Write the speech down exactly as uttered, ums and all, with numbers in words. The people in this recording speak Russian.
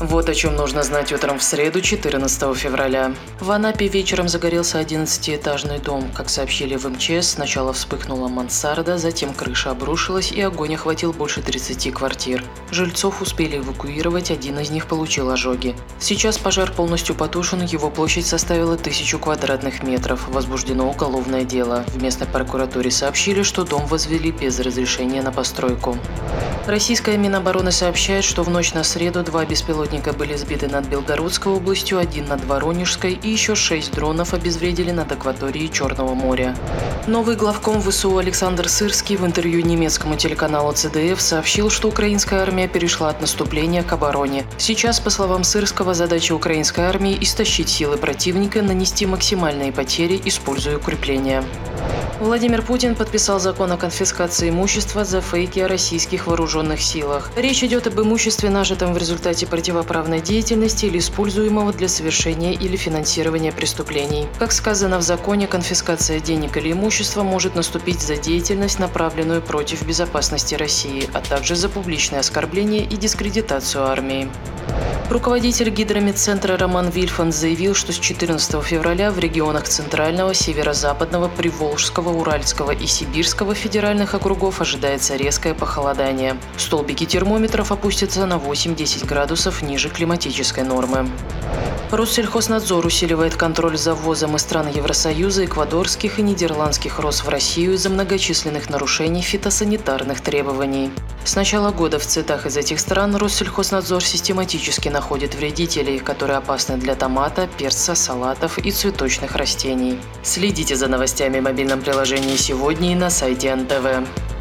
Вот о чем нужно знать утром в среду, четырнадцатого февраля. В Анапе вечером загорелся одиннадцатиэтажный дом. Как сообщили в эм че эс, сначала вспыхнула мансарда, затем крыша обрушилась и огонь охватил больше тридцати квартир. Жильцов успели эвакуировать, один из них получил ожоги. Сейчас пожар полностью потушен, его площадь составила тысячу квадратных метров. Возбуждено уголовное дело. В местной прокуратуре сообщили, что дом возвели без разрешения на постройку. Российская Минобороны сообщает, что в ночь на среду два беспилотника были сбиты над Белгородской областью, один над Воронежской и еще шесть дронов обезвредили над акваторией Черного моря. Новый главком вэ эс у Александр Сырский в интервью немецкому телеканалу цэ дэ эф сообщил, что украинская армия перешла от наступления к обороне. Сейчас, по словам Сырского, задача украинской армии – истощить силы противника, нанести максимальные потери, используя укрепления. Владимир Путин подписал закон о конфискации имущества за фейки о российских вооруженных силах. Речь идет об имуществе, нажитом в результате противоправной деятельности или используемого для совершения или финансирования преступлений. Как сказано в законе, конфискация денег или имущества может наступить за деятельность, направленную против безопасности России, а также за публичное оскорбление и дискредитацию армии. Руководитель Гидромедцентра Роман Вильфанд заявил, что с четырнадцатого февраля в регионах Центрального, Северо-Западного, Приволжского, Уральского и Сибирского федеральных округов ожидается резкое похолодание. Столбики термометров опустятся на восемь-десять градусов ниже климатической нормы. Россельхознадзор усиливает контроль за ввозом из стран Евросоюза эквадорских и нидерландских роз в Россию из-за многочисленных нарушений фитосанитарных требований. С начала года в цветах из этих стран Россельхознадзор систематически находит вредителей, которые опасны для томата, перца, салатов и цветочных растений. Следите за новостями в мобильном приложении «Сегодня» и на сайте эн тэ вэ.